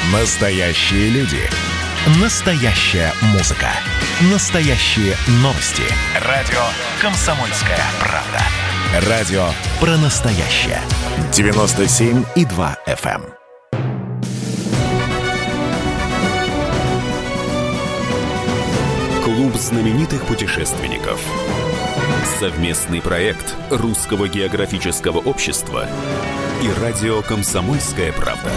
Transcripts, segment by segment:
Настоящие люди. Настоящая музыка. Настоящие новости. Радио «Комсомольская правда». Радио про настоящее. 97,2 FM. Клуб знаменитых путешественников. Совместный проект Русского географического общества и радио «Комсомольская правда».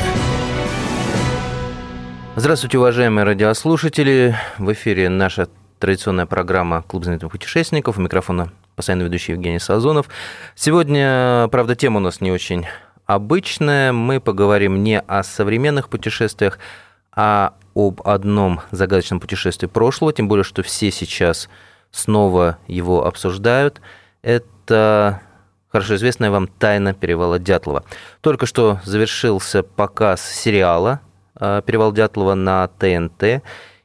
Здравствуйте, уважаемые радиослушатели. В эфире наша традиционная программа «Клуб знаменитых путешественников». У микрофона постоянно ведущий Евгений Сазонов. Сегодня, правда, тема у нас не очень обычная. Мы поговорим не о современных путешествиях, а об одном загадочном путешествии прошлого, тем более, что все сейчас снова его обсуждают. Это хорошо известная вам тайна перевала Дятлова. Только что завершился показ сериала «Перевал Дятлова» на ТНТ,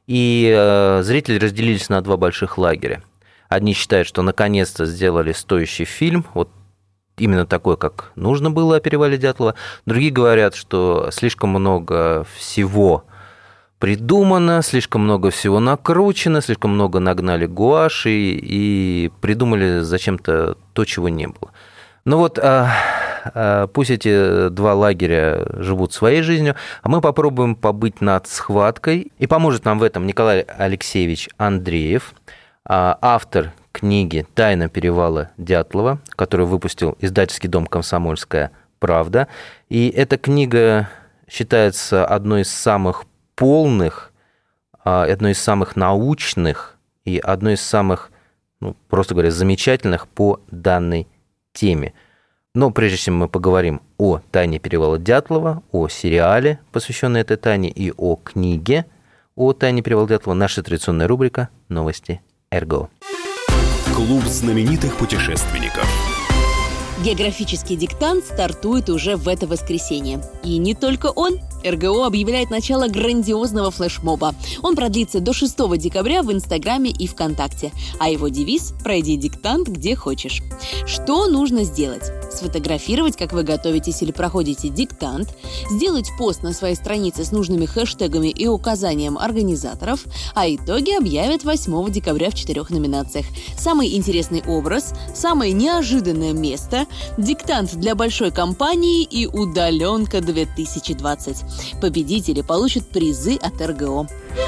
и зрители разделились на два больших лагеря. Одни считают, что наконец-то сделали стоящий фильм, вот именно такой, как нужно было о перевале Дятлова. Другие говорят, что слишком много всего придумано, слишком много всего накручено, слишком много нагнали гуаши и придумали зачем-то то, чего не было. Ну вот, пусть эти два лагеря живут своей жизнью, а мы попробуем побыть над схваткой. И поможет нам в этом Николай Алексеевич Андреев, автор книги «Тайна перевала Дятлова», которую выпустил издательский дом «Комсомольская правда». И эта книга считается одной из самых полных, одной из самых научных и одной из самых, просто говоря, замечательных по данной теме. Но прежде чем мы поговорим о тайне перевала Дятлова, о сериале, посвященной этой тайне, и о книге о тайне перевала Дятлова, наша традиционная рубрика «Новости РГО». Клуб знаменитых путешественников. Географический диктант стартует уже в это воскресенье. И не только он. РГО объявляет начало грандиозного флешмоба. Он продлится до 6 декабря в Инстаграме и ВКонтакте. А его девиз – «Пройди диктант где хочешь». Что нужно сделать? Сфотографировать, как вы готовитесь или проходите диктант, сделать пост на своей странице с нужными хэштегами и указанием организаторов, а итоги объявят 8 декабря в 4 номинациях. Самый интересный образ, самое неожиданное место, диктант для большой компании и удаленка 2020. Победители получат призы от РГО.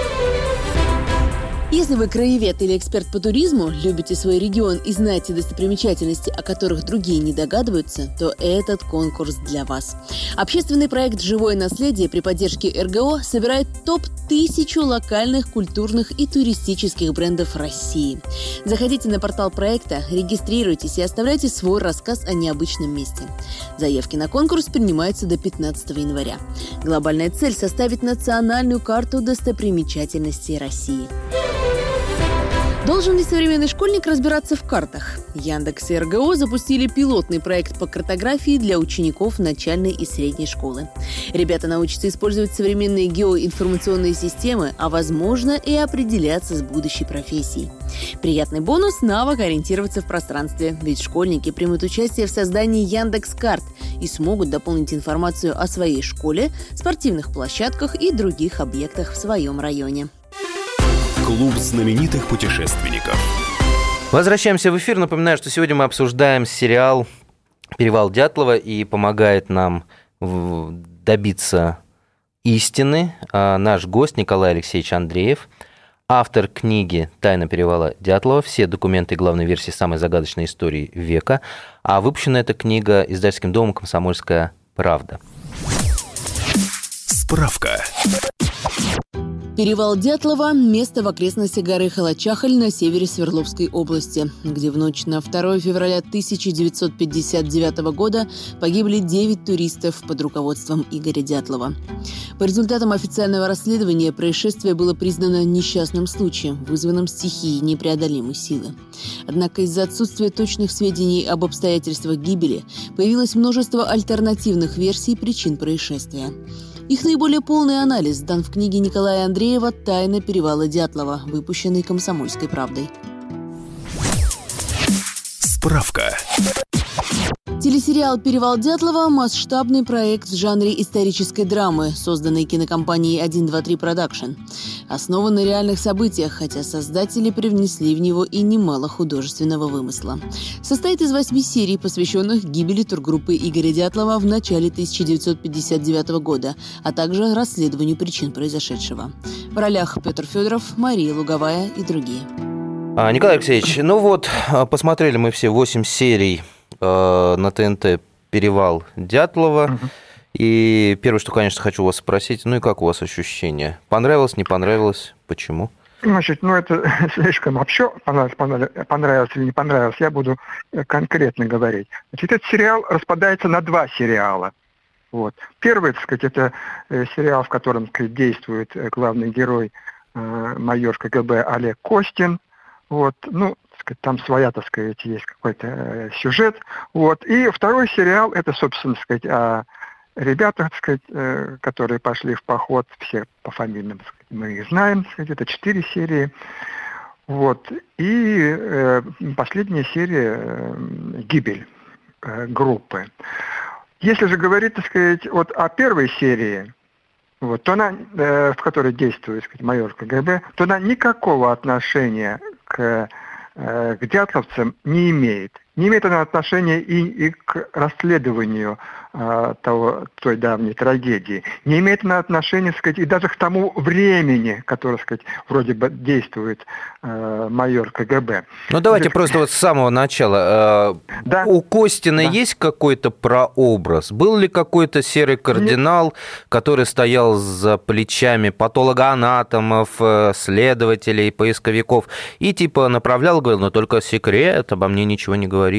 Если вы краевед или эксперт по туризму, любите свой регион и знаете достопримечательности, о которых другие не догадываются, то этот конкурс для вас. Общественный проект «Живое наследие» при поддержке РГО собирает топ-1000 локальных, культурных и туристических брендов России. Заходите на портал проекта, регистрируйтесь и оставляйте свой рассказ о необычном месте. Заявки на конкурс принимаются до 15 января. Глобальная цель – составить национальную карту достопримечательностей России. Должен ли современный школьник разбираться в картах? Яндекс и РГО запустили пилотный проект по картографии для учеников начальной и средней школы. Ребята научатся использовать современные геоинформационные системы, а возможно и определяться с будущей профессией. Приятный бонус – навык ориентироваться в пространстве, ведь школьники примут участие в создании Яндекс.Карт и смогут дополнить информацию о своей школе, спортивных площадках и других объектах в своем районе. Клуб знаменитых путешественников. Возвращаемся в эфир. Напоминаю, что сегодня мы обсуждаем сериал «Перевал Дятлова», и помогает нам добиться истины наш гость Николай Алексеевич Андреев, автор книги «Тайна перевала Дятлова. Все документы и главные версии самой загадочной истории века». А выпущена эта книга издательским домом «Комсомольская правда». Справка. Перевал Дятлова – место в окрестностях горы Халачахаль на севере Свердловской области, где в ночь на 2 февраля 1959 года погибли 9 туристов под руководством Игоря Дятлова. По результатам официального расследования происшествие было признано несчастным случаем, вызванным стихией непреодолимой силы. Однако из-за отсутствия точных сведений об обстоятельствах гибели появилось множество альтернативных версий причин происшествия. Их наиболее полный анализ дан в книге Николая Андреева «Тайна перевала Дятлова», выпущенной «Комсомольской правдой». Справка. Телесериал «Перевал Дятлова» – масштабный проект в жанре исторической драмы, созданный кинокомпанией 123 Production. Основан на реальных событиях, хотя создатели привнесли в него и немало художественного вымысла. Состоит из 8 серий, посвященных гибели тургруппы Игоря Дятлова в начале 1959 года, а также расследованию причин произошедшего. В ролях Петр Федоров, Мария Луговая и другие. Николай Алексеевич, посмотрели мы все 8 серий на ТНТ «Перевал Дятлова». И первое, что, конечно, хочу вас спросить, и как у вас ощущения? Понравилось, не понравилось? Почему? Это слишком вообще понравилось или не понравилось, я буду конкретно говорить. Этот сериал распадается на 2 сериала. Первый, это сериал, в котором, действует главный герой, майор КГБ Олег Костин. Там своя, есть какой-то сюжет. И второй сериал, это, собственно, о ребятах, которые пошли в поход, все по фамилиям, мы их знаем, это 4 серии. И последняя серия «Гибель группы». Если же говорить, о первой серии, то она, в которой действует, майор КГБ, то она никакого отношения к дятловцам не имеет. Не имеет она отношения и к расследованию той давней трагедии. Не имеет она отношения, и даже к тому времени, которое, вроде бы действует майор КГБ. Давайте просто с самого начала. Да. У Костина есть какой-то прообраз? Был ли какой-то серый кардинал, который стоял за плечами патологоанатомов, следователей, поисковиков и направлял, говорил, но только секрет, обо мне ничего не говорите?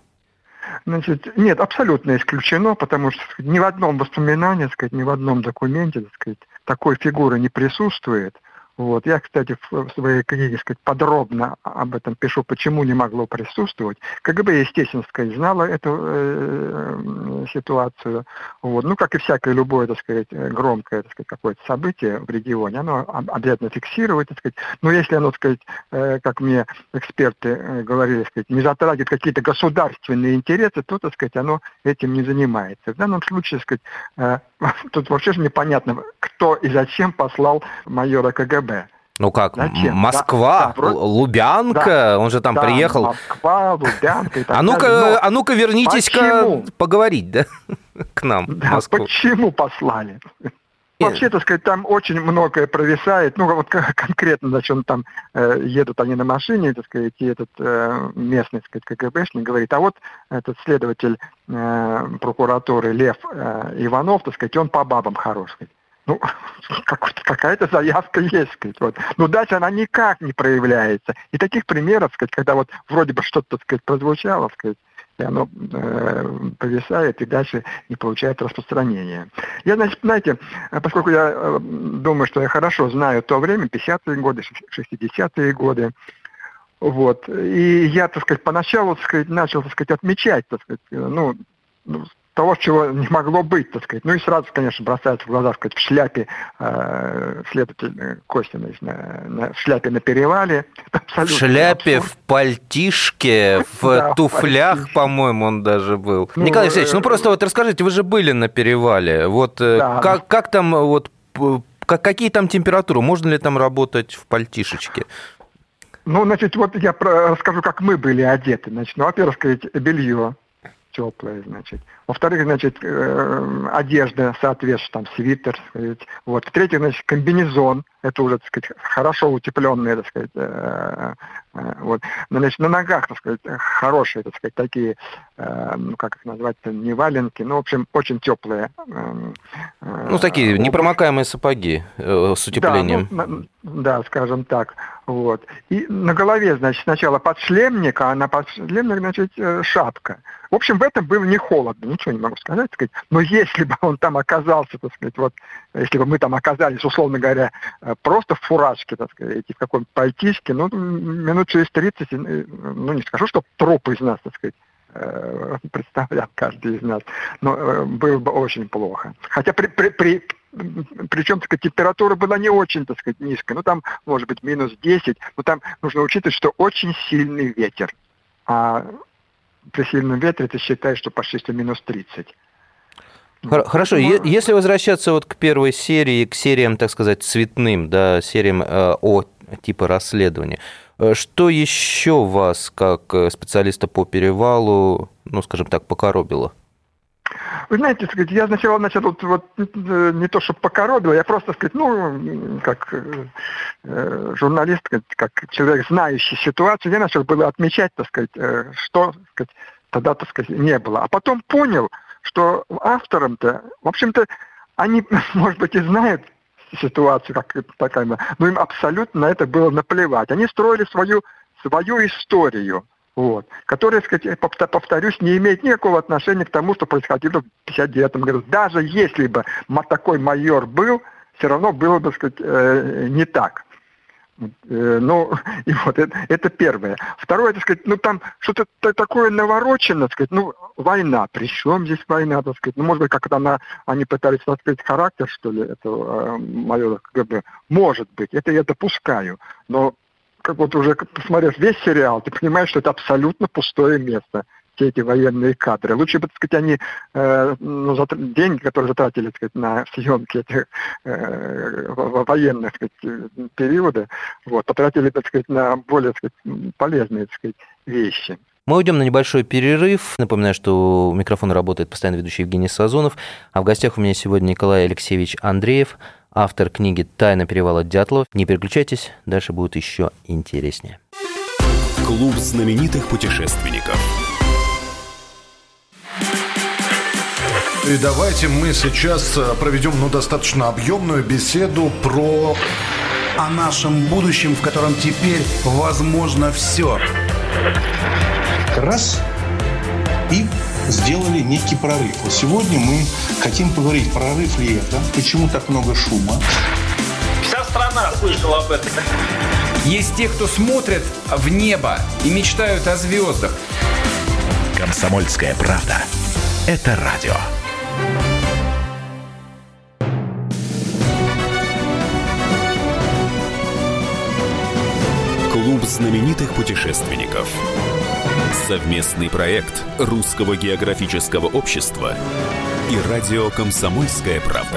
Нет, абсолютно исключено, потому что ни в одном воспоминании, ни в одном документе, такой фигуры не присутствует. Я, кстати, в своей книге, подробно об этом пишу, почему не могло присутствовать. КГБ, естественно, знала эту ситуацию. Как и всякое любое, громкое, какое-то событие в регионе, оно обязательно фиксирует, но если оно, как мне эксперты говорили, не затрагивает какие-то государственные интересы, то, оно этим не занимается. В данном случае, тут вообще же непонятно, кто и зачем послал майора КГБ. Зачем? Москва, да, Лубянка, да, он же там приехал. Москва, Лубянка и так далее. А ну-ка вернитесь-ка поговорить, да, к нам. Да, почему послали? Вообще, там очень многое провисает. Конкретно, он там едут они на машине, и этот местный, КГБшник говорит, а этот следователь прокуратуры Лев Иванов, он по бабам хорош. Какая-то заявка есть, дальше она никак не проявляется. И таких примеров, когда вроде бы что-то, прозвучало, и оно повисает и дальше не получает распространения. Я, знаете, поскольку я думаю, что я хорошо знаю то время, 50-е годы, 60-е годы, и я, поначалу, начал, отмечать, того, чего не могло быть, и сразу, конечно, бросается в глаза, в шляпе следователь Костина, в шляпе на перевале. В шляпе, абсурд. В пальтишке, в туфлях, пальтишке. По-моему, он даже был. Николай Алексеевич, просто расскажите, вы же были на перевале, как там, какие там температуры, можно ли там работать в пальтишечке? Я расскажу, как мы были одеты. Во-первых, белье теплое, Во-вторых, одежда соответствует, свитер, В-третьих, В-третьих, это уже, хорошо утепленные, на ногах, хорошие, такие, как их назвать, не валенки, в общем, очень теплые. Такие непромокаемые сапоги с утеплением. Да, скажем так, И на голове, сначала подшлемник, а на подшлемник, шапка. В общем, в этом было не холодно, ничего не могу сказать, но если бы он там оказался, если бы мы там оказались, условно говоря, просто в фуражке, и в каком-то пальтишке, минут через 30, не скажу, что труп из нас, представлял каждый из нас, но было бы очень плохо. Хотя причем температура была не очень, низкая, там, может быть, минус 10, но там нужно учитывать, что очень сильный ветер. А при сильном ветре ты считаешь, что почти что минус 30. Хорошо, если возвращаться вот к первой серии, к сериям, так сказать, цветным, да, сериям о типа расследования, что еще вас, как специалиста по перевалу, ну, скажем так, покоробило? Вы знаете, сказать, я сначала начал вот не то, что покоробило, я просто, сказать, ну, как журналист, как человек, знающий ситуацию, я начал было отмечать, так сказать, что, так сказать, тогда, так сказать, не было. А потом понял, что авторам-то, в общем-то, они, может быть, и знают ситуацию, как такая, но им абсолютно на это было наплевать. Они строили свою историю, вот, которая, сказать, повторюсь, не имеет никакого отношения к тому, что происходило в 1959 году. Даже если бы такой майор был, все равно было бы, сказать, не так. Ну, и вот это первое. Второе, так сказать, ну там что-то такое наворочено, так сказать, ну, война. При чем здесь война, так сказать? Ну, может быть, как-то они пытались раскрыть характер, что ли, этого майора КГБ. Может быть, это я допускаю. Но, как вот уже посмотрев весь сериал, ты понимаешь, что это абсолютно пустое место. Все эти военные кадры. Лучше бы, так сказать, они деньги, которые затратили, так сказать, на съемки этих военных, так сказать, периода, вот, потратили, так сказать, на более, так сказать, полезные, так сказать, вещи. Мы уйдем на небольшой перерыв. Напоминаю, что у микрофона работает постоянно ведущий Евгений Сазонов, а в гостях у меня сегодня Николай Алексеевич Андреев, автор книги «Тайна перевала Дятлова». Не переключайтесь, дальше будет еще интереснее. Клуб знаменитых путешественников. И давайте мы сейчас проведем достаточно объемную беседу о нашем будущем, в котором теперь возможно все. Раз и сделали некий прорыв. Вот сегодня мы хотим поговорить, прорыв ли это, почему так много шума. Вся страна слышала об этом. Есть те, кто смотрят в небо и мечтают о звездах. «Комсомольская правда» — это радио. Клуб знаменитых путешественников. Совместный проект Русского географического общества и радио «Комсомольская правда».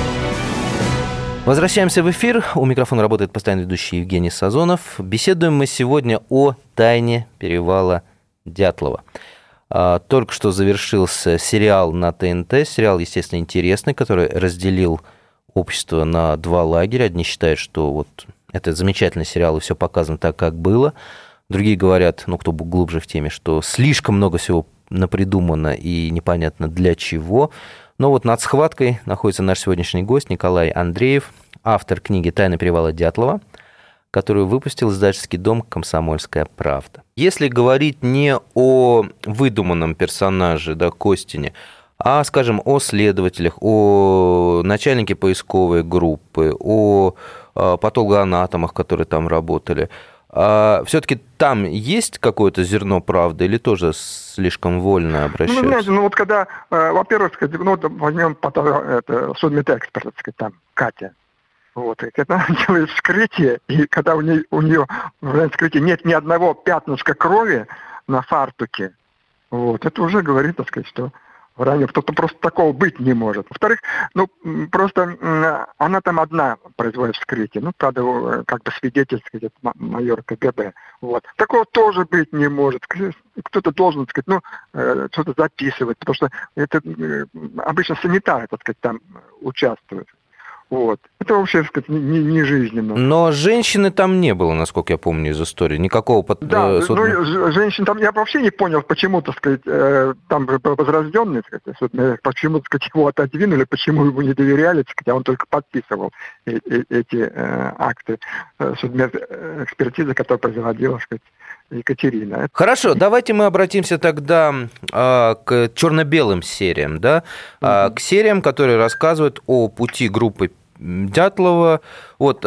Возвращаемся в эфир. У микрофона работает постоянно ведущий Евгений Сазонов. Беседуем мы сегодня о тайне перевала Дятлова. Только что завершился сериал на ТНТ. Сериал, естественно, интересный, который разделил общество на два лагеря. Одни считают, что вот это замечательный сериал, и все показано так, как было. Другие говорят, ну, кто глубже в теме, что слишком много всего напридумано и непонятно для чего. Но вот над схваткой находится наш сегодняшний гость Николай Андреев, автор книги «Тайна перевала Дятлова», которую выпустил издательский дом «Комсомольская правда». Если говорить не о выдуманном персонаже, да, Костине, а, скажем, о следователях, о начальнике поисковой группы, о патологоанатомах, которые там работали, все-таки там есть какое-то зерно правды или тоже слишком вольно обращаются? Ну, знаете, ну вот когда, во-первых, ну, возьмем судмедэксперт, так сказать, там, Катя. Вот, и когда она делает вскрытие, и когда у нее в вскрытии нет ни одного пятнышка крови на фартуке, вот, это уже говорит, так сказать, что ранее кто-то просто такого быть не может. Во-вторых, ну, просто она там одна производит вскрытие. Ну, правда, как бы свидетель, сказать, майор КГБ. Вот. Такого тоже быть не может. Кто-то должен, так сказать, ну, что-то записывать, потому что это обычно санитары, так сказать, там участвуют. Вот. Это вообще, так сказать, не жизненно. Но женщины там не было, насколько я помню из истории. Никакого... Да, ну, женщин там... Я вообще не понял, почему, так сказать, там возрожденный, так сказать, почему, так сказать, его отодвинули, почему ему не доверяли, так сказать, а он только подписывал эти акты судмедэкспертизы, которые производила, так сказать, Екатерина. Хорошо, давайте мы обратимся тогда к черно-белым сериям, да? К сериям, которые рассказывают о пути группы Дятлова. Вот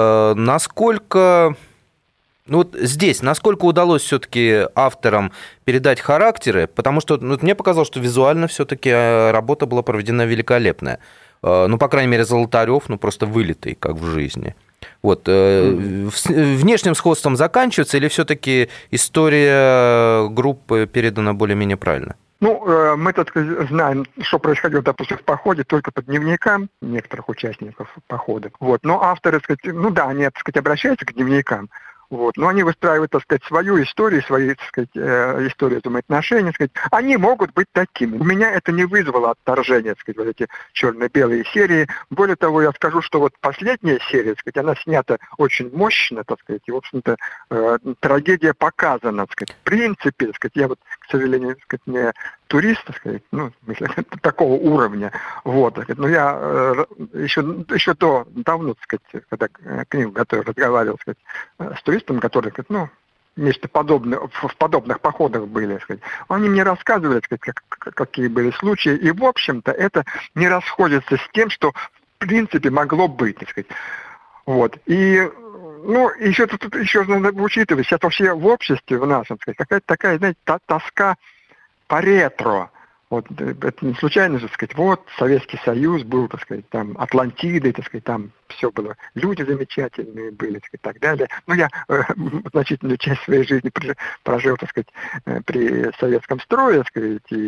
насколько... Ну вот здесь, насколько удалось все-таки авторам передать характеры, потому что мне показалось, что визуально все-таки работа была проведена великолепная. Ну, по крайней мере, Золотарев, ну, просто вылитый, как в жизни. Вот. Внешним сходством заканчивается или все-таки история группы передана более-менее правильно? Ну, мы, так сказать, знаем, что происходило, допустим, в походе только по дневникам некоторых участников похода. Вот. Но авторы, так сказать, ну да, они, так сказать, обращаются к дневникам, вот, но они выстраивают, так сказать, свою историю, свои, так сказать, историю взаимоотношений, так сказать. Они могут быть такими. У меня это не вызвало отторжения, так сказать, вот эти черно-белые серии. Более того, я скажу, что вот последняя серия, так сказать, она снята очень мощно, так сказать, и, в общем-то, трагедия показана, так сказать. В принципе, так сказать, я вот, к сожалению, так сказать, не турист, так сказать, ну, в смысле, такого уровня, вот, так сказать, но я еще давно, так сказать, когда книгу готовил, разговаривал, так сказать, с туристами, которые, ну, вместе в подобных походах были, так сказать. Они мне рассказывали, так сказать, какие были случаи, и, в общем-то, это не расходится с тем, что, в принципе, могло быть, так сказать. Вот. И, ну, еще тут надо учитывать, сейчас вообще в обществе в нашем, так сказать, какая-то такая, знаете, тоска по ретро. Вот это не случайно же, так сказать, вот Советский Союз был, так сказать, там Атлантидой, так сказать, там все было, люди замечательные были, так сказать, и так далее. Но я значительную часть своей жизни прожил, так сказать, при советском строе, так сказать, и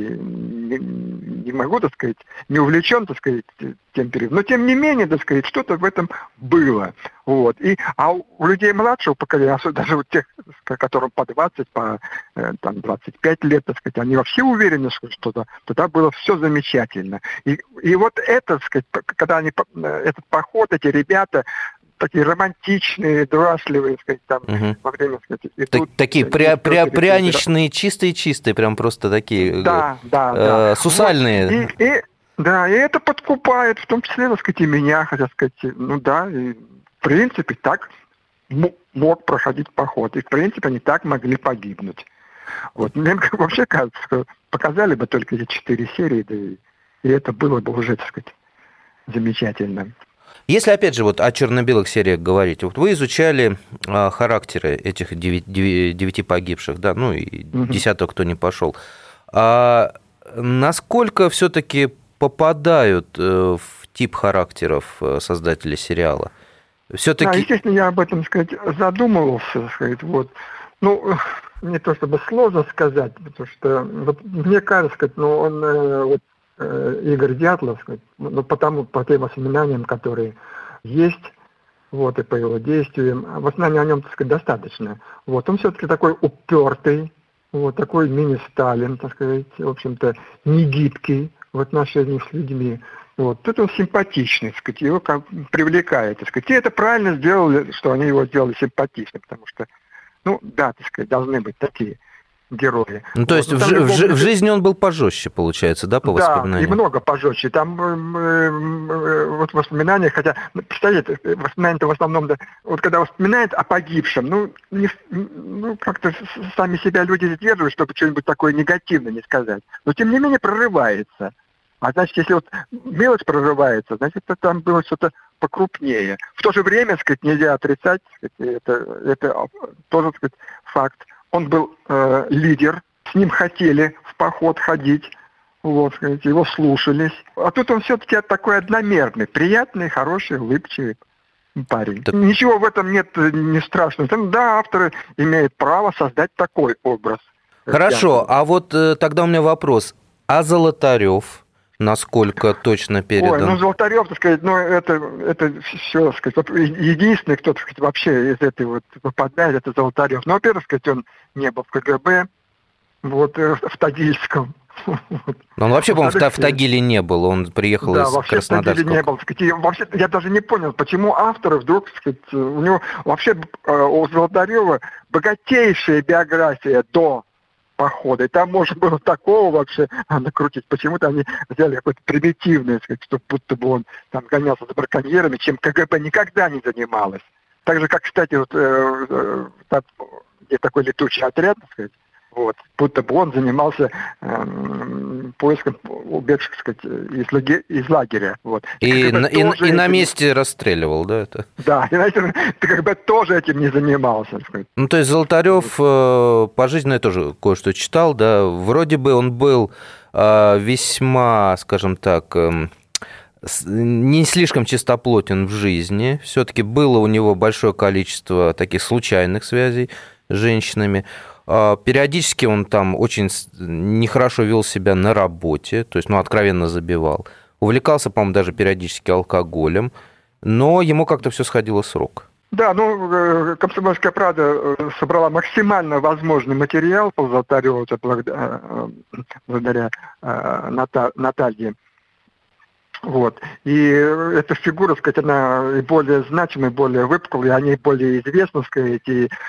не могу, так сказать, не увлечен, так сказать, тем периодом. Но тем не менее, так сказать, что-то в этом было. Вот. А у людей младшего поколения, особенно даже у тех, которым по 20, по 25 лет, так сказать, они вообще уверены, что тогда было все замечательно. И вот это, так сказать, когда этот поход, эти ребята, такие романтичные, дурашливые, так сказать, там, во время, так сказать, идут... Такие пряничные, чистые, прям просто такие, да. сусальные. Вот. Да, и это подкупает, в том числе, так сказать, и меня, хотя сказать, ну да, и в принципе так мог проходить поход, и в принципе они так могли погибнуть. Вот. Мне вообще кажется, что показали бы только эти 4 серии, да и это было бы уже, так сказать, замечательно. Если, опять же, вот о черно-белых сериях говорить, вот вы изучали характеры этих 9 погибших, да, ну и 10-го, кто не пошел. А насколько все-таки попадают в тип характеров создателей сериала? Все-таки... Да, естественно, я об этом, сказать, задумывался, сказать, вот. Ну, не то чтобы сложно сказать, потому что вот, мне кажется, сказать, ну, он, вот, Игорь Дятлов, сказать, ну, по тем воспоминаниям, которые есть, вот, и по его действиям, воспоминаний о нем, так сказать, достаточно. Вот, он все-таки такой упертый, вот, такой мини-Сталин, так сказать, в общем-то, негибкий в отношении с людьми. Вот. Тут он симпатичный, так сказать, его привлекает, так сказать. И это правильно сделали, что они его сделали симпатичным, потому что, ну, да, так сказать, должны быть такие герои. Ну, то есть в жизни он был пожестче, получается, да, по воспоминаниям? Да, и много пожестче. Там вот в воспоминаниях, хотя, представляете, воспоминания-то в основном, да, вот когда вспоминает о погибшем, ну, как-то сами себя люди сдерживают, чтобы что-нибудь такое негативное не сказать. Но, тем не менее, прорывается. А значит, если вот мелочь прорывается, значит, там было что-то покрупнее. В то же время, так сказать, нельзя отрицать, так сказать, это тоже, так сказать, факт. Он был лидер, с ним хотели в поход ходить, вот, сказать, его слушались. А тут он все-таки такой одномерный, приятный, хороший, улыбчивый парень. Так... Ничего в этом нет не страшного. Да, авторы имеют право создать такой образ. Хорошо, а вот тогда у меня вопрос. А Золотарев? Насколько точно передан? Ой, ну Золотарев, так сказать, ну это все, так сказать, единственный, кто, так сказать, вообще из этой вот попадает, это Золотарев. Ну, во-первых, так сказать, он не был в КГБ, вот, в Тагильском. Но он вообще, по-моему, в Тагиле не был, он приехал из Краснодарского. Да, вообще в Тагиле не был. И вообще, я даже не понял, почему авторы вдруг, так сказать, у него вообще у Золотарева богатейшая биография до похода. И там можно было такого вообще накрутить. Почему-то они взяли какой-то примитивный, сказать, что будто бы он там гонялся за браконьерами, чем КГБ никогда не занималась. Так же, как, кстати, вот есть такой летучий отряд, так сказать, вот, будто бы он занимался поиском убегших, так сказать, из лагеря. Вот. И на месте расстреливал, да? Это? Да, и знаете, КГБ тоже этим не занимался. Ну, то есть Золотарев пожизненно я тоже кое-что читал, да, вроде бы он был весьма, скажем так, не слишком чистоплотен в жизни. Все-таки было у него большое количество таких случайных связей с женщинами. Периодически он там очень нехорошо вел себя на работе, то есть, откровенно забивал. Увлекался, по-моему, даже периодически алкоголем, но ему как-то все сходило с рук. Да, «Комсомольская правда» собрала максимально возможный материал по Золотареву благодаря Наталье. Вот. И эта фигура, сказать, она и более значимая, и более выпуклая, о ней более известна, сказать,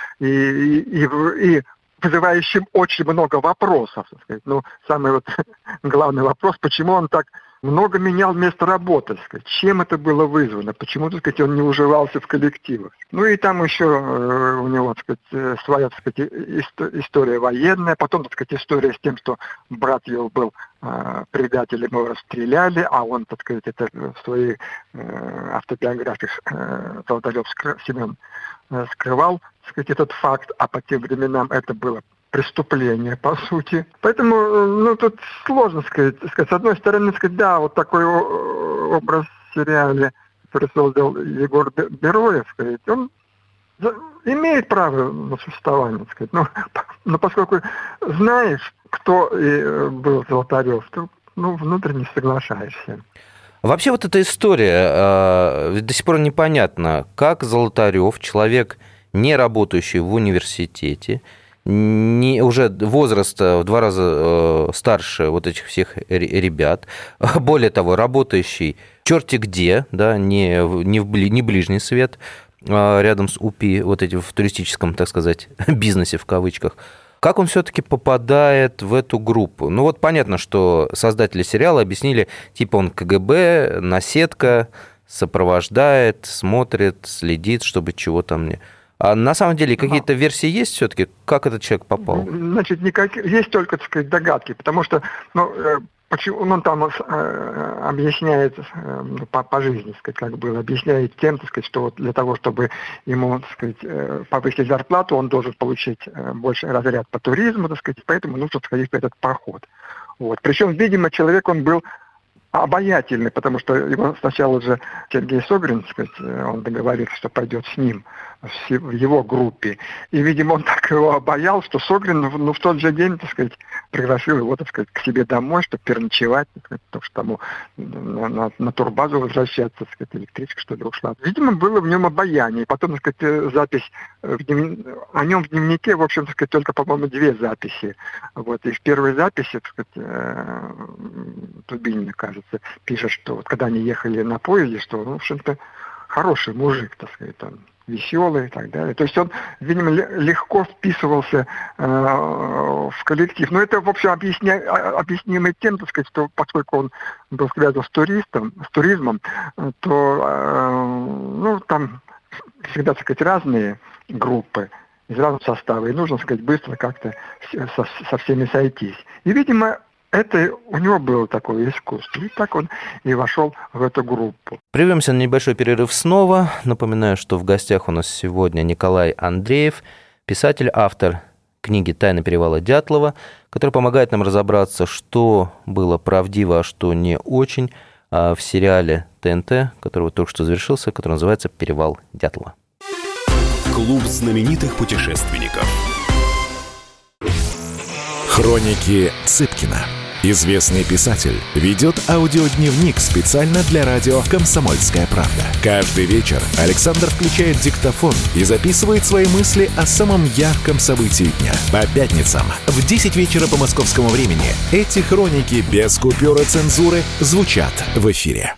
и вызывающим очень много вопросов. Сказать. Самый главный вопрос, почему он так много менял место работы, сказать, чем это было вызвано, почему, так сказать, он не уживался в коллективах. И там еще у него, так сказать, своя, так сказать, история военная, потом, так сказать, история с тем, что брат его был предателем, его расстреляли, а он, так сказать, это в своих автобиографиях Золотарев Семен скрывал, так сказать, этот факт, а по тем временам это было преступление, по сути. Поэтому, тут сложно сказать. С одной стороны, сказать, да, вот такой образ в сериале, который создал Егор Бероев, сказать, он имеет право на существование, сказать. Но поскольку знаешь, кто был Золотарев, то внутренне соглашаешься. Вообще вот эта история, до сих пор непонятно, как Золотарев, человек, не работающий в университете, уже возраст в 2 раза старше вот этих всех ребят, более того, работающий черти где, да, не ближний свет, рядом с УПИ, вот этим в туристическом, так сказать, бизнесе в кавычках. Как он все-таки попадает в эту группу? Понятно, что создатели сериала объяснили, типа он КГБ, наседка, сопровождает, смотрит, следит, чтобы чего там не... А на самом деле какие-то версии есть все-таки, как этот человек попал? Значит, есть только, так сказать, догадки, потому что, почему он там объясняет по жизни, так сказать, как было, объясняет тем, так сказать, что вот для того, чтобы ему, так сказать, повысить зарплату, он должен получить больше разряд по туризму, так сказать, поэтому нужно сходить в этот поход. Вот. Причем, видимо, человек он был обаятельный, потому что его сначала же Сергей Собрин, так сказать, он договорился, что пойдет с ним в его группе. И, видимо, он так его обаял, что Собрин в тот же день, так сказать, пригласил его, так сказать, к себе домой, чтобы переночевать, так сказать, потому что тому на турбазу возвращаться, так сказать, электричка, что ли, ушла. Видимо, было в нем обаяние. И потом, так сказать, запись о нем в дневнике, в общем, так сказать, только, по-моему, 2 записи. Вот. И в первой записи, так сказать, Дубинин, кажется, пишет, что вот когда они ехали на поезде, что он, в общем-то, хороший мужик, так сказать, он веселый и так далее. То есть он, видимо, легко вписывался в коллектив. Но это, в общем, объяснимо тем, так сказать, что поскольку он был связан с туризмом, то там всегда, так сказать, разные группы из разного состава, и нужно, так сказать, быстро как-то со всеми сойтись. И, видимо, это у него было такое искусство. И так он и вошел в эту группу. Прервемся на небольшой перерыв снова. Напоминаю, что в гостях у нас сегодня Николай Андреев, писатель, автор книги «Тайна перевала Дятлова», который помогает нам разобраться, что было правдиво, а что не очень, в сериале ТНТ, который только что завершился, который называется «Перевал Дятлова». Клуб знаменитых путешественников. Хроники Цыпкина. Известный писатель ведет аудиодневник специально для радио «Комсомольская правда». Каждый вечер Александр включает диктофон и записывает свои мысли о самом ярком событии дня. По пятницам в 10 вечера по московскому времени эти хроники без купюры цензуры звучат в эфире.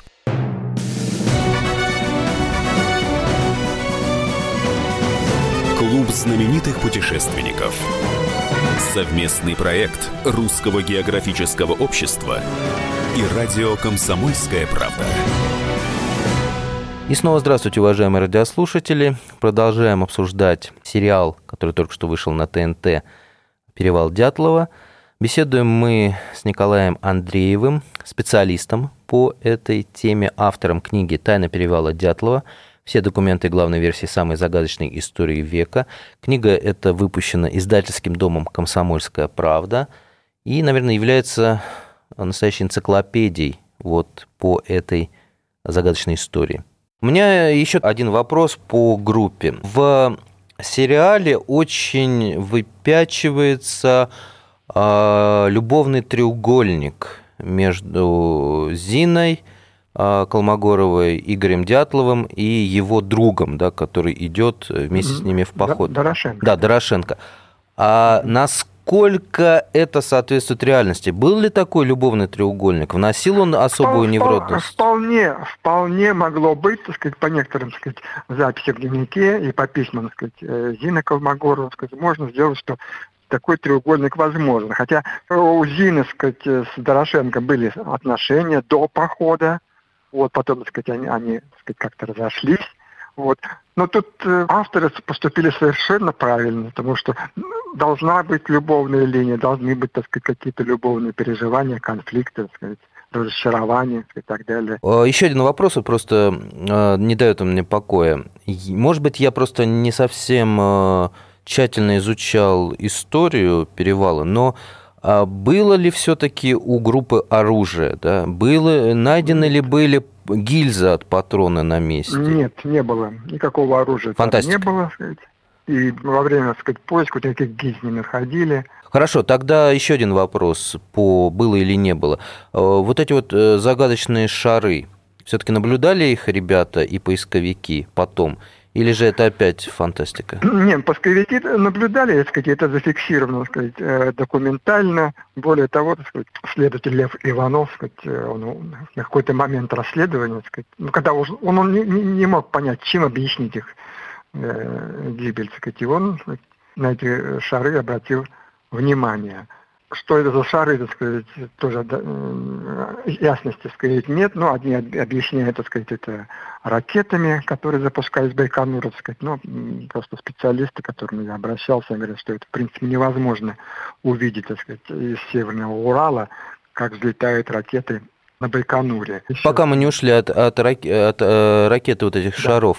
Клуб знаменитых путешественников. Совместный проект Русского географического общества и радио «Комсомольская правда». И снова здравствуйте, уважаемые радиослушатели. Продолжаем обсуждать сериал, который только что вышел на ТНТ «Перевал Дятлова». Беседуем мы с Николаем Андреевым, специалистом по этой теме, автором книги «Тайна перевала Дятлова. Все документы главной версии самой загадочной истории века». Книга эта выпущена издательским домом «Комсомольская правда» и, наверное, является настоящей энциклопедией вот по этой загадочной истории. У меня еще один вопрос по группе. В сериале очень выпячивается любовный треугольник между Зиной Колмогоровой, Игорем Дятловым и его другом, да, который идет вместе с ними в поход. Дорошенко. Да, Дорошенко. А насколько это соответствует реальности? Был ли такой любовный треугольник? Вносил он особую невротность? Вполне могло быть, так сказать, по некоторым, так сказать, записям в дневнике и по письмам, так сказать, Зины Колмогоровой, так сказать, можно сделать, что такой треугольник возможен. Хотя у Зины, так сказать, с Дорошенко были отношения до похода, вот, потом, так сказать, они так сказать, как-то разошлись. Вот. Но тут авторы поступили совершенно правильно, потому что должна быть любовная линия, должны быть, так сказать, какие-то любовные переживания, конфликты, так сказать, разочарования и так далее. Еще один вопрос, просто не дает он мне покоя. Может быть, я просто не совсем тщательно изучал историю перевала, но было ли все-таки у группы оружие? Да? Найдены ли были гильзы от патрона на месте? Нет, не было. Никакого оружия не было. Сказать. И во время, так сказать, поиска никаких гильз не находили. Хорошо, тогда еще один вопрос по было или не было. Вот эти вот загадочные шары, все-таки наблюдали их ребята и поисковики потом? Или же это опять фантастика? Нет, поисковики наблюдали, так сказать, это зафиксировано, так сказать, документально. Более того, так сказать, следователь Лев Иванов, так сказать, он на какой-то момент расследования, так сказать, когда он не мог понять, чем объяснить их гибель, так сказать, и он на эти шары обратил внимание. Что это за шары, так сказать, тоже ясности, так сказать, нет. Но одни объясняют, так сказать, это ракетами, которые запускались с Байконура, так сказать. Но просто специалисты, к которым я обращался, говорят, что это, в принципе, невозможно увидеть, так сказать, из Северного Урала, как взлетают ракеты на Байконуре. Пока мы не ушли от ракеты вот этих шаров,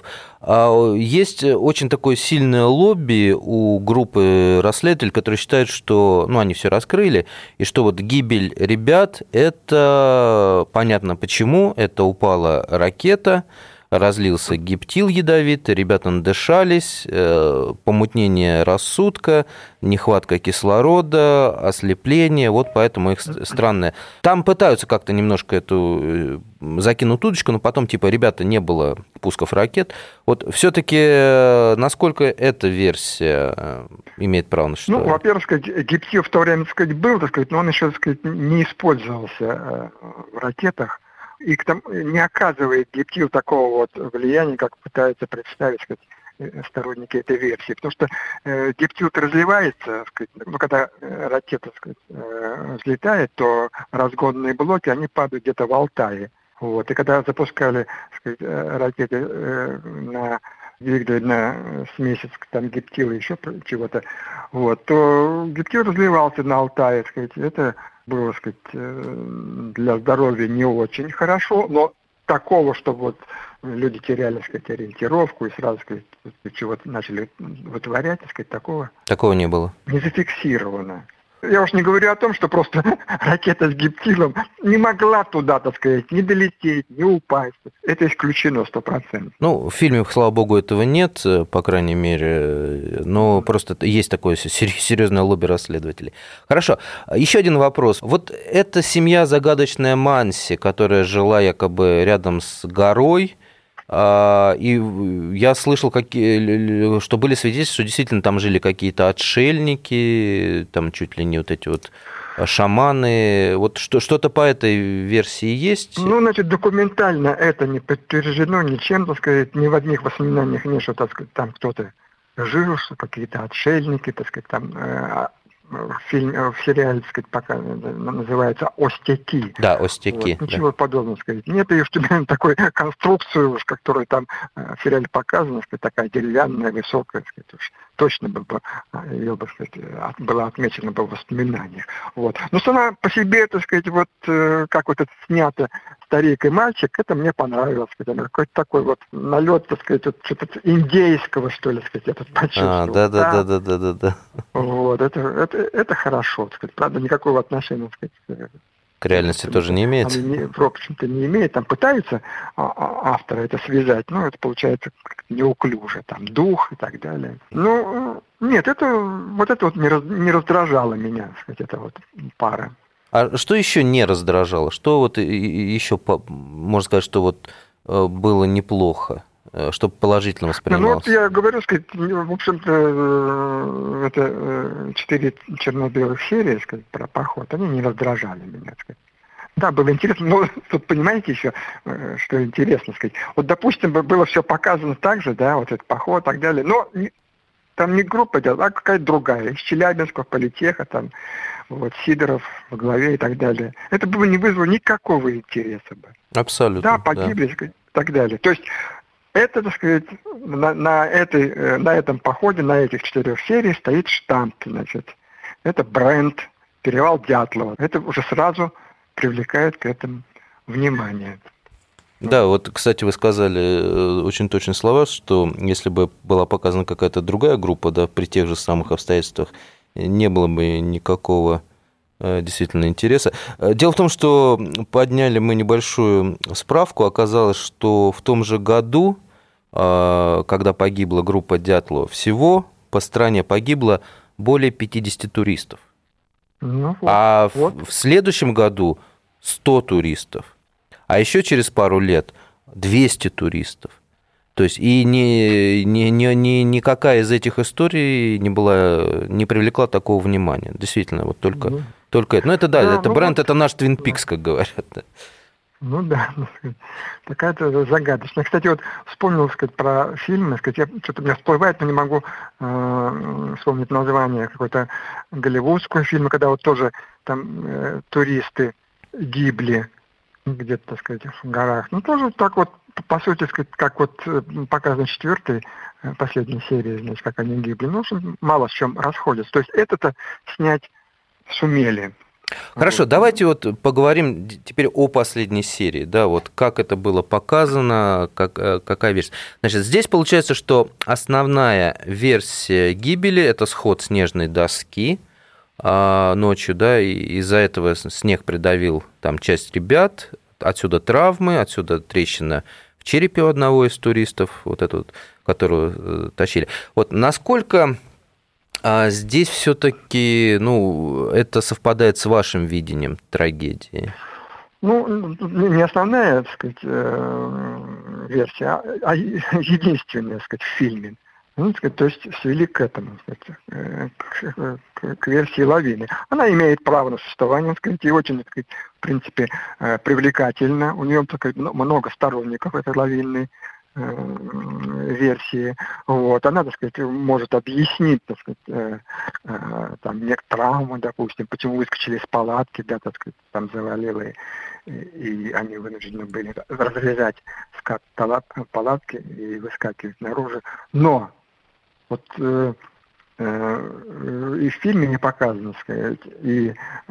есть очень такое сильное лобби у группы расследователей, которые считают, что они все раскрыли, и что вот гибель ребят, это понятно почему, это упала ракета, разлился гептил ядовитый, ребята надышались, помутнение рассудка, нехватка кислорода, ослепление, вот поэтому их странное. Там пытаются как-то немножко эту закинуть удочку, но потом типа, ребята, не было пусков ракет. Вот все-таки насколько эта версия имеет право на что? Во-первых, сказать, гептил в то время, так сказать, был, так сказать, но он еще, так сказать, не использовался в ракетах. И к тому не оказывает гептил такого вот влияния, как пытаются представить, сказать, сторонники этой версии. Потому что гептил разливается, сказать, когда ракета, сказать, взлетает, то разгонные блоки, они падают где-то в Алтае. Вот. И когда запускали, сказать, ракеты на двигатель на смесь там гептила и еще чего-то, вот, то гептил разливался на Алтае, сказать, это было, сказать, для здоровья не очень хорошо, но такого, чтобы вот люди теряли, сказать, ориентировку и сразу, сказать, чего-то начали вытворять, сказать, такого не было. Не зафиксировано. Я уж не говорю о том, что просто ракета с гептилом не могла туда, так сказать, не долететь, не упасть. Это исключено 100%. В фильме, слава богу, этого нет, по крайней мере, но просто есть такое серьезное лобби расследователей. Хорошо. Еще один вопрос. Вот эта семья загадочная Манси, которая жила якобы рядом с горой, и я слышал, что были свидетельства, что действительно там жили какие-то отшельники, там чуть ли не вот эти вот шаманы. Вот что-то по этой версии есть? Значит, документально это не подтверждено ничем, так сказать, ни в одних воспоминаниях нет, что, так сказать, там кто-то жил, что какие-то отшельники, так сказать, там в сериале, так сказать, пока называется «Остяки». Да, «Остяки». Вот, ничего подобного, сказать, нет. И что такой конструкцию, которая там в сериале показана, сказать, такая деревянная, высокая, сказать, уж точно ее бы, сказать, была отмечена бы в воспоминаниях. Вот. Но сама по себе, так сказать, вот как вот это снято «Старик и мальчик», это мне понравилось. Сказать, какой-то такой вот налет, так сказать, вот, что-то индейского, что ли, сказать, я тут почувствовал. Да. Вот, это хорошо, так сказать. Правда, никакого отношения, так сказать, к К реальности тоже не имеет? Они, в общем-то, не имеют. Там пытаются авторы это связать, но это получается неуклюже. Там дух и так далее. Ну, нет, это не раздражало меня, так сказать, эта вот пара. А что еще не раздражало? Что вот еще, можно сказать, что вот было неплохо? Чтобы положительно воспринималось? Ну, вот я говорю, сказать, в общем-то, это 4 черно-белых серии, сказать, про поход, они не раздражали меня, сказать. Да, было интересно, но тут понимаете еще, что интересно, сказать. Вот, допустим, было все показано так же, да, вот этот поход и так далее, но там не группа идет, а какая-то другая, из Челябинска, Политеха, там, вот, Сидоров во главе и так далее. Это бы не вызвало никакого интереса бы. Абсолютно. Да, погибли, сказать, и так далее. То есть, это, так сказать, на этом походе, на этих 4 сериях стоит штамп, значит. Это бренд, перевал Дятлова. Это уже сразу привлекает к этому внимание. Да, вот, кстати, вы сказали очень точные слова, что если бы была показана какая-то другая группа, да, при тех же самых обстоятельствах, не было бы никакого действительно интереса. Дело в том, что подняли мы небольшую справку, оказалось, что в том же году, когда погибла группа Дятлова, всего по стране погибло более 50 туристов. Ну, вот, в следующем году 100 туристов. А еще через пару лет 200 туристов. То есть и никакая из этих историй не привлекла такого внимания. Действительно, вот только это. Ну, это да, это бренд, это наш Twin Peaks, как говорят. Ну да, такая-то загадочная. Кстати, вот вспомнил, сказать, про фильмы, сказать, что-то у меня всплывает, но не могу вспомнить название какой-то голливудского фильма, когда вот тоже там туристы гибли где-то, так сказать, в горах. Ну, тоже так вот, по сути, сказать, как вот показано в 4-й, последней серии, значит, как они гибли. Ну, мало с чем расходятся. То есть это-то снять сумели. Хорошо, давайте вот поговорим теперь о последней серии, да, вот как это было показано, какая версия. Значит, здесь получается, что основная версия гибели – это сход снежной доски ночью, да, и из-за этого снег придавил там часть ребят, отсюда травмы, отсюда трещина в черепе у одного из туристов, вот эту, которую тащили. Вот насколько... здесь все-таки, ну, это совпадает с вашим видением трагедии? Ну, не основная, так сказать, версия, а единственная, так сказать, в фильме. Ну, так сказать, то есть свели к этому, так сказать, к версии лавины. Она имеет право на существование, так сказать, и очень, так сказать, в принципе, привлекательна. У нее, так сказать, много сторонников этой лавинной версии. Вот. Она, так сказать, может объяснить, так сказать, там, травму, допустим, почему выскочили из палатки, да, так сказать, там завалило, и они вынуждены были разрезать скат палатки и выскакивать наружу. Но вот и в фильме не показано, так сказать, и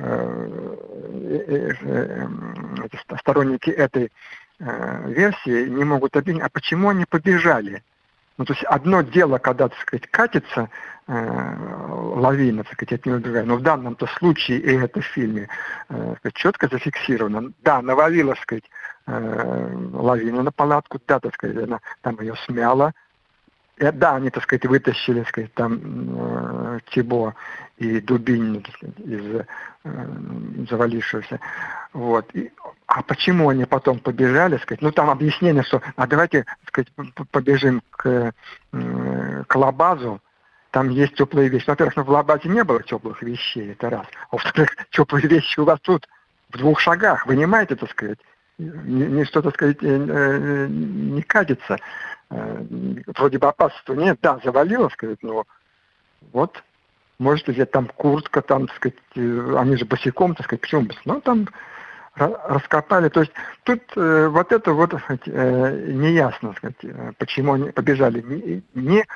сторонники этой версии не могут объяснить, а почему они побежали. Ну, то есть одно дело, когда, так сказать, катится лавина, так сказать, от него другая, но в данном-то случае, и это в фильме четко зафиксировано, да, навалила, так сказать, лавина на палатку, да, так сказать, она там ее смяла, и, да, они, так сказать, вытащили, так сказать, там Тибо и Дубинина, так сказать, из завалившегося. Вот. А почему они потом побежали, сказать, ну там объяснение, что, а давайте, сказать, побежим к Лабазу, там есть теплые вещи. Во-первых, в Лабазе не было теплых вещей, это раз. А во-вторых, теплые вещи у вас тут в 2 шагах, вы не маете, так сказать, не что-то, сказать, не катится. Вроде бы опасства нет, да, завалило, сказать, но вот, можете взять там куртка, там, так сказать, они же босиком, так сказать, почему? Ну, там раскопали, то есть тут вот это вот неясно, сказать, почему они побежали, не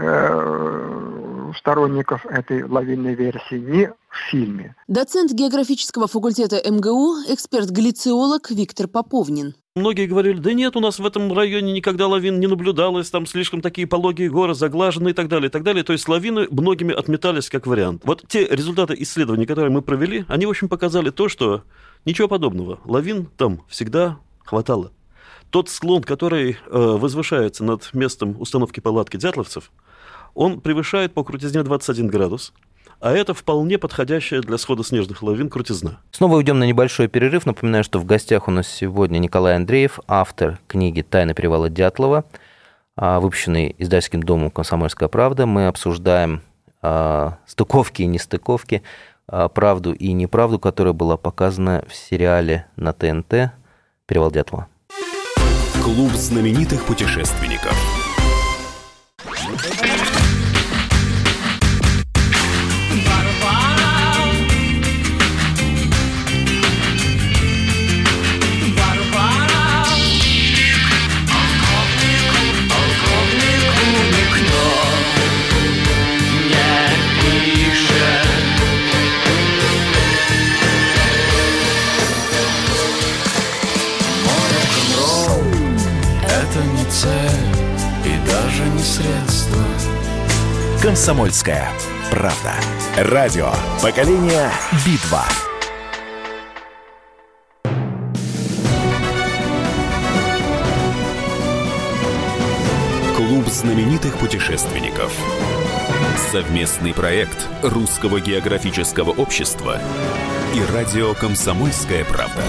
сторонников этой лавинной версии, не в фильме. Доцент географического факультета МГУ, эксперт-глициолог Виктор Поповнин. Многие говорили, да нет, у нас в этом районе никогда лавин не наблюдалось, там слишком такие пологие горы, заглаженные и так далее, и так далее. То есть лавины многими отметались как вариант. Вот те результаты исследований, которые мы провели, они, в общем, показали то, что Ничего подобного. Лавин там всегда хватало. Тот склон, который возвышается над местом установки палатки дятловцев, он превышает по крутизне 21 градус, а это вполне подходящая для схода снежных лавин крутизна. Снова уйдем на небольшой перерыв. Напоминаю, что в гостях у нас сегодня Николай Андреев, автор книги «Тайна перевала Дятлова», выпущенной издательским домом «Комсомольская правда». Мы обсуждаем стыковки и нестыковки, правду и неправду, которая была показана в сериале на ТНТ «Перевал Дятлова». Клуб знаменитых путешественников. И даже не средство. «Комсомольская правда». Радио поколения Би-2. Клуб знаменитых путешественников. Совместный проект Русского географического общества и радио «Комсомольская правда».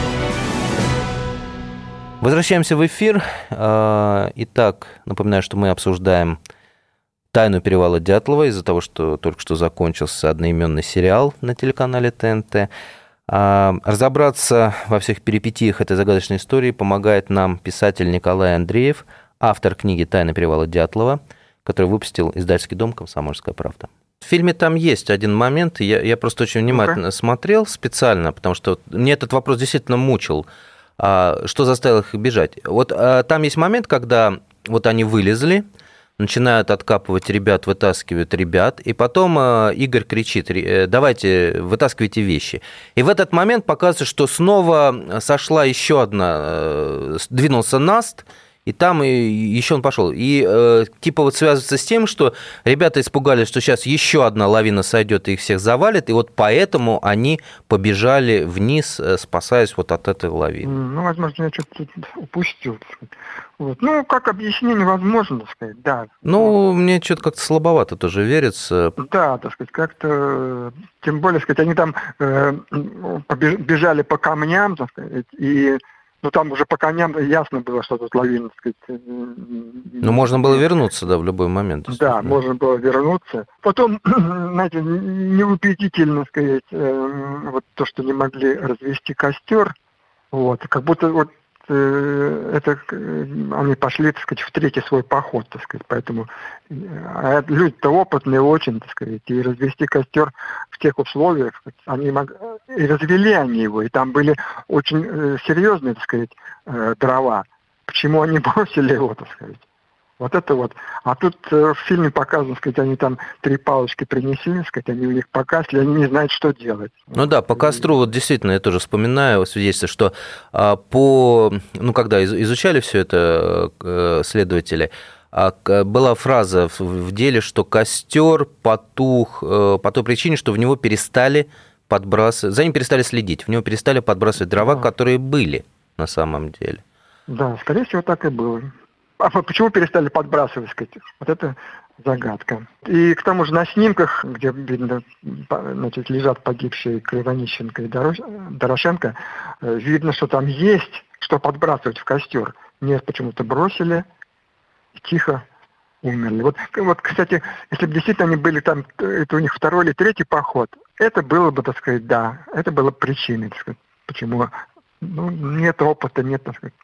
Возвращаемся в эфир. Итак, напоминаю, что мы обсуждаем «Тайну перевала Дятлова» из-за того, что только что закончился одноименный сериал на телеканале ТНТ. Разобраться во всех перипетиях этой загадочной истории помогает нам писатель Николай Андреев, автор книги «Тайна перевала Дятлова», который выпустил издательский дом «Комсомольская правда». В фильме там есть один момент, я просто очень внимательно смотрел специально, потому что мне этот вопрос действительно мучил. Что заставило их бежать? Вот там есть момент, когда вот они вылезли, начинают откапывать ребят, вытаскивают ребят, и потом Игорь кричит: давайте, вытаскивайте вещи. И в этот момент показывается, что снова сошла еще одна, двинулся наст, и там еще он пошел. И типа вот связывается с тем, что ребята испугались, что сейчас еще одна лавина сойдет и их всех завалит, и вот поэтому они побежали вниз, спасаясь вот от этой лавины. Ну, возможно, я что-то упустил. Вот. Ну, как объяснение возможно, так сказать, да. Ну, мне что-то как-то слабовато тоже верится. Да, так сказать, как-то, тем более, так сказать, они там бежали по камням, так сказать, и... Ну, там уже по камням ясно было, что тут лавина, так сказать. Ну, можно было вернуться, да, в любой момент. Да, можно было вернуться. Потом, знаете, неубедительно, сказать, вот то, что не могли развести костер, вот, как будто вот это они пошли, так сказать, в третий свой поход, так сказать, поэтому люди-то опытные очень, так сказать, и развести костер в тех условиях, они и развели они его, и там были очень серьезные, так сказать, дрова. Почему они бросили его, так сказать? Вот это вот. А тут в фильме показано, так сказать, они там 3 палочки принесли, так сказать, они у них покасли, они не знают, что делать. Ну да, по костру, вот действительно, я тоже вспоминаю свидетельство, что когда изучали все это следователи, была фраза в деле, что костер потух по той причине, что в него перестали подбрасывать, за ним перестали следить, в него перестали подбрасывать дрова, которые были на самом деле. Да, скорее всего, так и было. А почему перестали подбрасывать, сказать? Вот это загадка. И к тому же на снимках, где видно, значит, лежат погибшие Кривонищенко и Дорошенко, видно, что там есть что подбрасывать в костер. Нет, почему-то бросили и тихо умерли. Вот, кстати, если бы действительно они были там, это у них 2-й или 3-й поход, это было бы, так сказать, да, это было причиной, так сказать, почему нет опыта, нет, так сказать.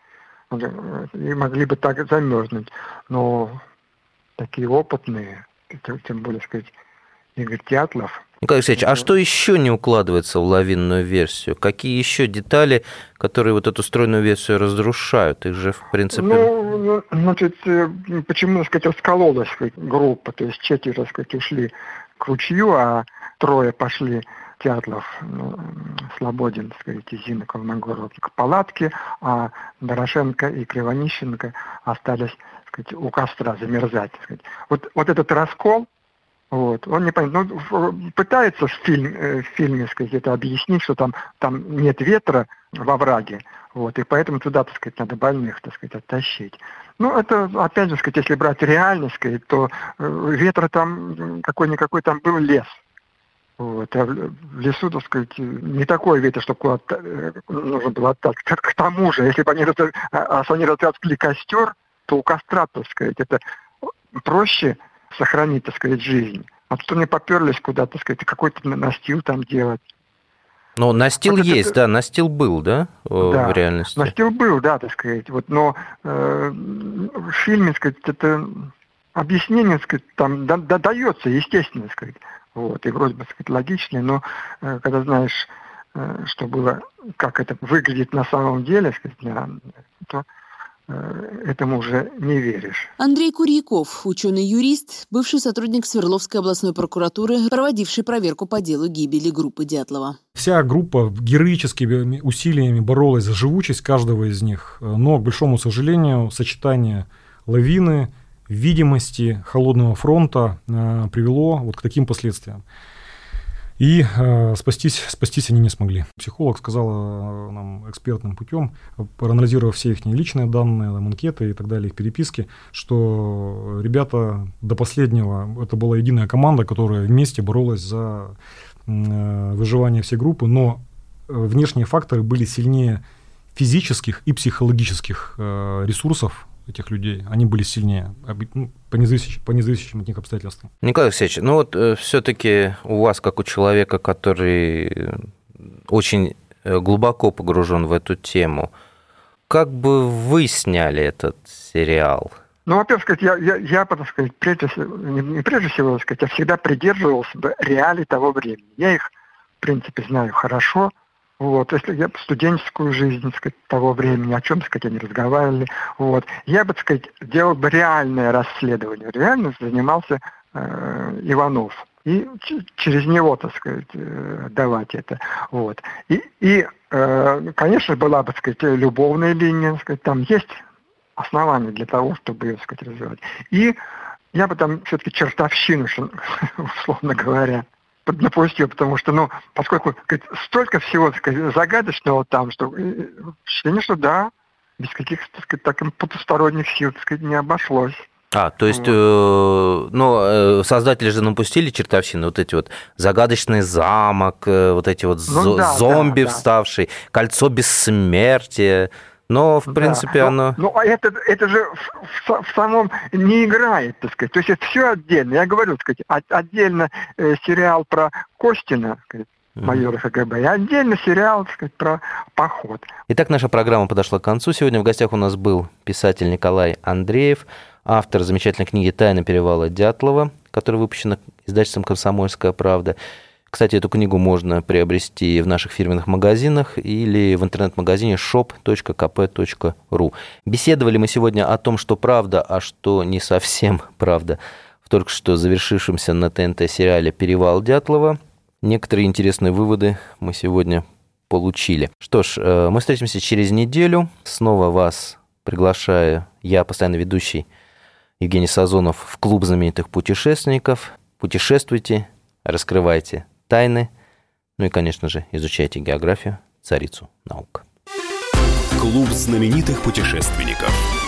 И могли бы так замерзнуть. Но такие опытные, тем более, сказать, Игорь Дятлов. Николай Алексеевич, а что еще не укладывается в лавинную версию? Какие еще детали, которые вот эту стройную версию разрушают? Их же, в принципе... Значит, почему, так сказать, раскололась, так сказать, группа? То есть 4, так сказать, ушли к ручью, а 3 пошли... Дятлов, Слободин, так сказать, и Зина Колмогоров к палатке, а Дорошенко и Кривонищенко остались, так сказать, у костра замерзать. Так сказать. Вот этот раскол, Вот. Он не понимает. Пытается в фильме, сказать, это объяснить, что там нет ветра во враге, вот, и поэтому туда, так сказать, надо больных, так сказать, оттащить. Это, опять же, сказать, если брать реальность, сказать, то ветра там какой-никакой, там был лес. Вот. А в лесу, так сказать, не такой ветер, чтобы куда-то нужно было оттаскивать. К тому же, если бы они разожгли костер, то у костра, так сказать, это проще сохранить, так сказать, жизнь. А тут они поперлись куда-то, так сказать, какой-то настил там делать. Но настил вот есть, да, настил был, да, в реальности? Настил был, да, так сказать. Вот, но в фильме, так сказать, это объяснение, так сказать, там дается, естественно, так сказать. Вот, и вроде бы, так сказать, логичное, но когда знаешь, что было, как это выглядит на самом деле, так сказать, то этому уже не веришь. Андрей Курьяков, ученый-юрист, бывший сотрудник Свердловской областной прокуратуры, проводивший проверку по делу гибели группы Дятлова. Вся группа героическими усилиями боролась за живучесть каждого из них, но, к большому сожалению, сочетание лавины, видимости, холодного фронта привело вот к таким последствиям. И спастись они не смогли. Психолог сказал нам экспертным путем, проанализировав все их личные данные, анкеты и так далее, их переписки, что ребята до последнего, это была единая команда, которая вместе боролась за выживание всей группы, но внешние факторы были сильнее физических и психологических ресурсов этих людей, они были сильнее по независящим от них обстоятельствам. Николай Алексеевич, все-таки у вас, как у человека, который очень глубоко погружен в эту тему, как бы вы сняли этот сериал? Во-первых, я, так сказать, прежде всего, так сказать, я всегда придерживался реалий того времени. Я их, в принципе, знаю хорошо. Вот, если я студенческую жизнь, так сказать, того времени, о чем, так сказать, они разговаривали, вот, я бы, так сказать, делал бы реальное расследование. Реально занимался Иванов. И через него, так сказать, давать это. Вот. И конечно, была бы, так сказать, любовная линия, так сказать, там есть основания для того, чтобы ее, так сказать, развивать. И я бы там все-таки чертовщину, условно говоря, напустил, потому что, поскольку столько всего, так сказать, загадочного там, что ощущение, что да, без каких-то, так сказать, потусторонних сил, так сказать, не обошлось. То есть, создатели же напустили чертовщину, вот эти вот загадочный замок, вот эти вот зомби вставшие, кольцо бессмертия. Но, в принципе, оно... это же в самом не играет, так сказать. То есть это все отдельно. Я говорю, так сказать, отдельно сериал про Костина, майора КГБ, и отдельно сериал, так сказать, про поход. Итак, наша программа подошла к концу. Сегодня в гостях у нас был писатель Николай Андреев, автор замечательной книги «Тайна перевала Дятлова», которая выпущена издательством «Комсомольская правда». Кстати, эту книгу можно приобрести в наших фирменных магазинах или в интернет-магазине shop.kp.ru. Беседовали мы сегодня о том, что правда, а что не совсем правда в только что завершившемся на ТНТ сериале «Перевал Дятлова». Некоторые интересные выводы мы сегодня получили. Что ж, мы встретимся через неделю. Снова вас приглашаю, я, постоянно ведущий Евгений Сазонов, в клуб знаменитых путешественников. Путешествуйте, раскрывайте тайны, и, конечно же, изучайте географию, царицу наук. Клуб знаменитых путешественников.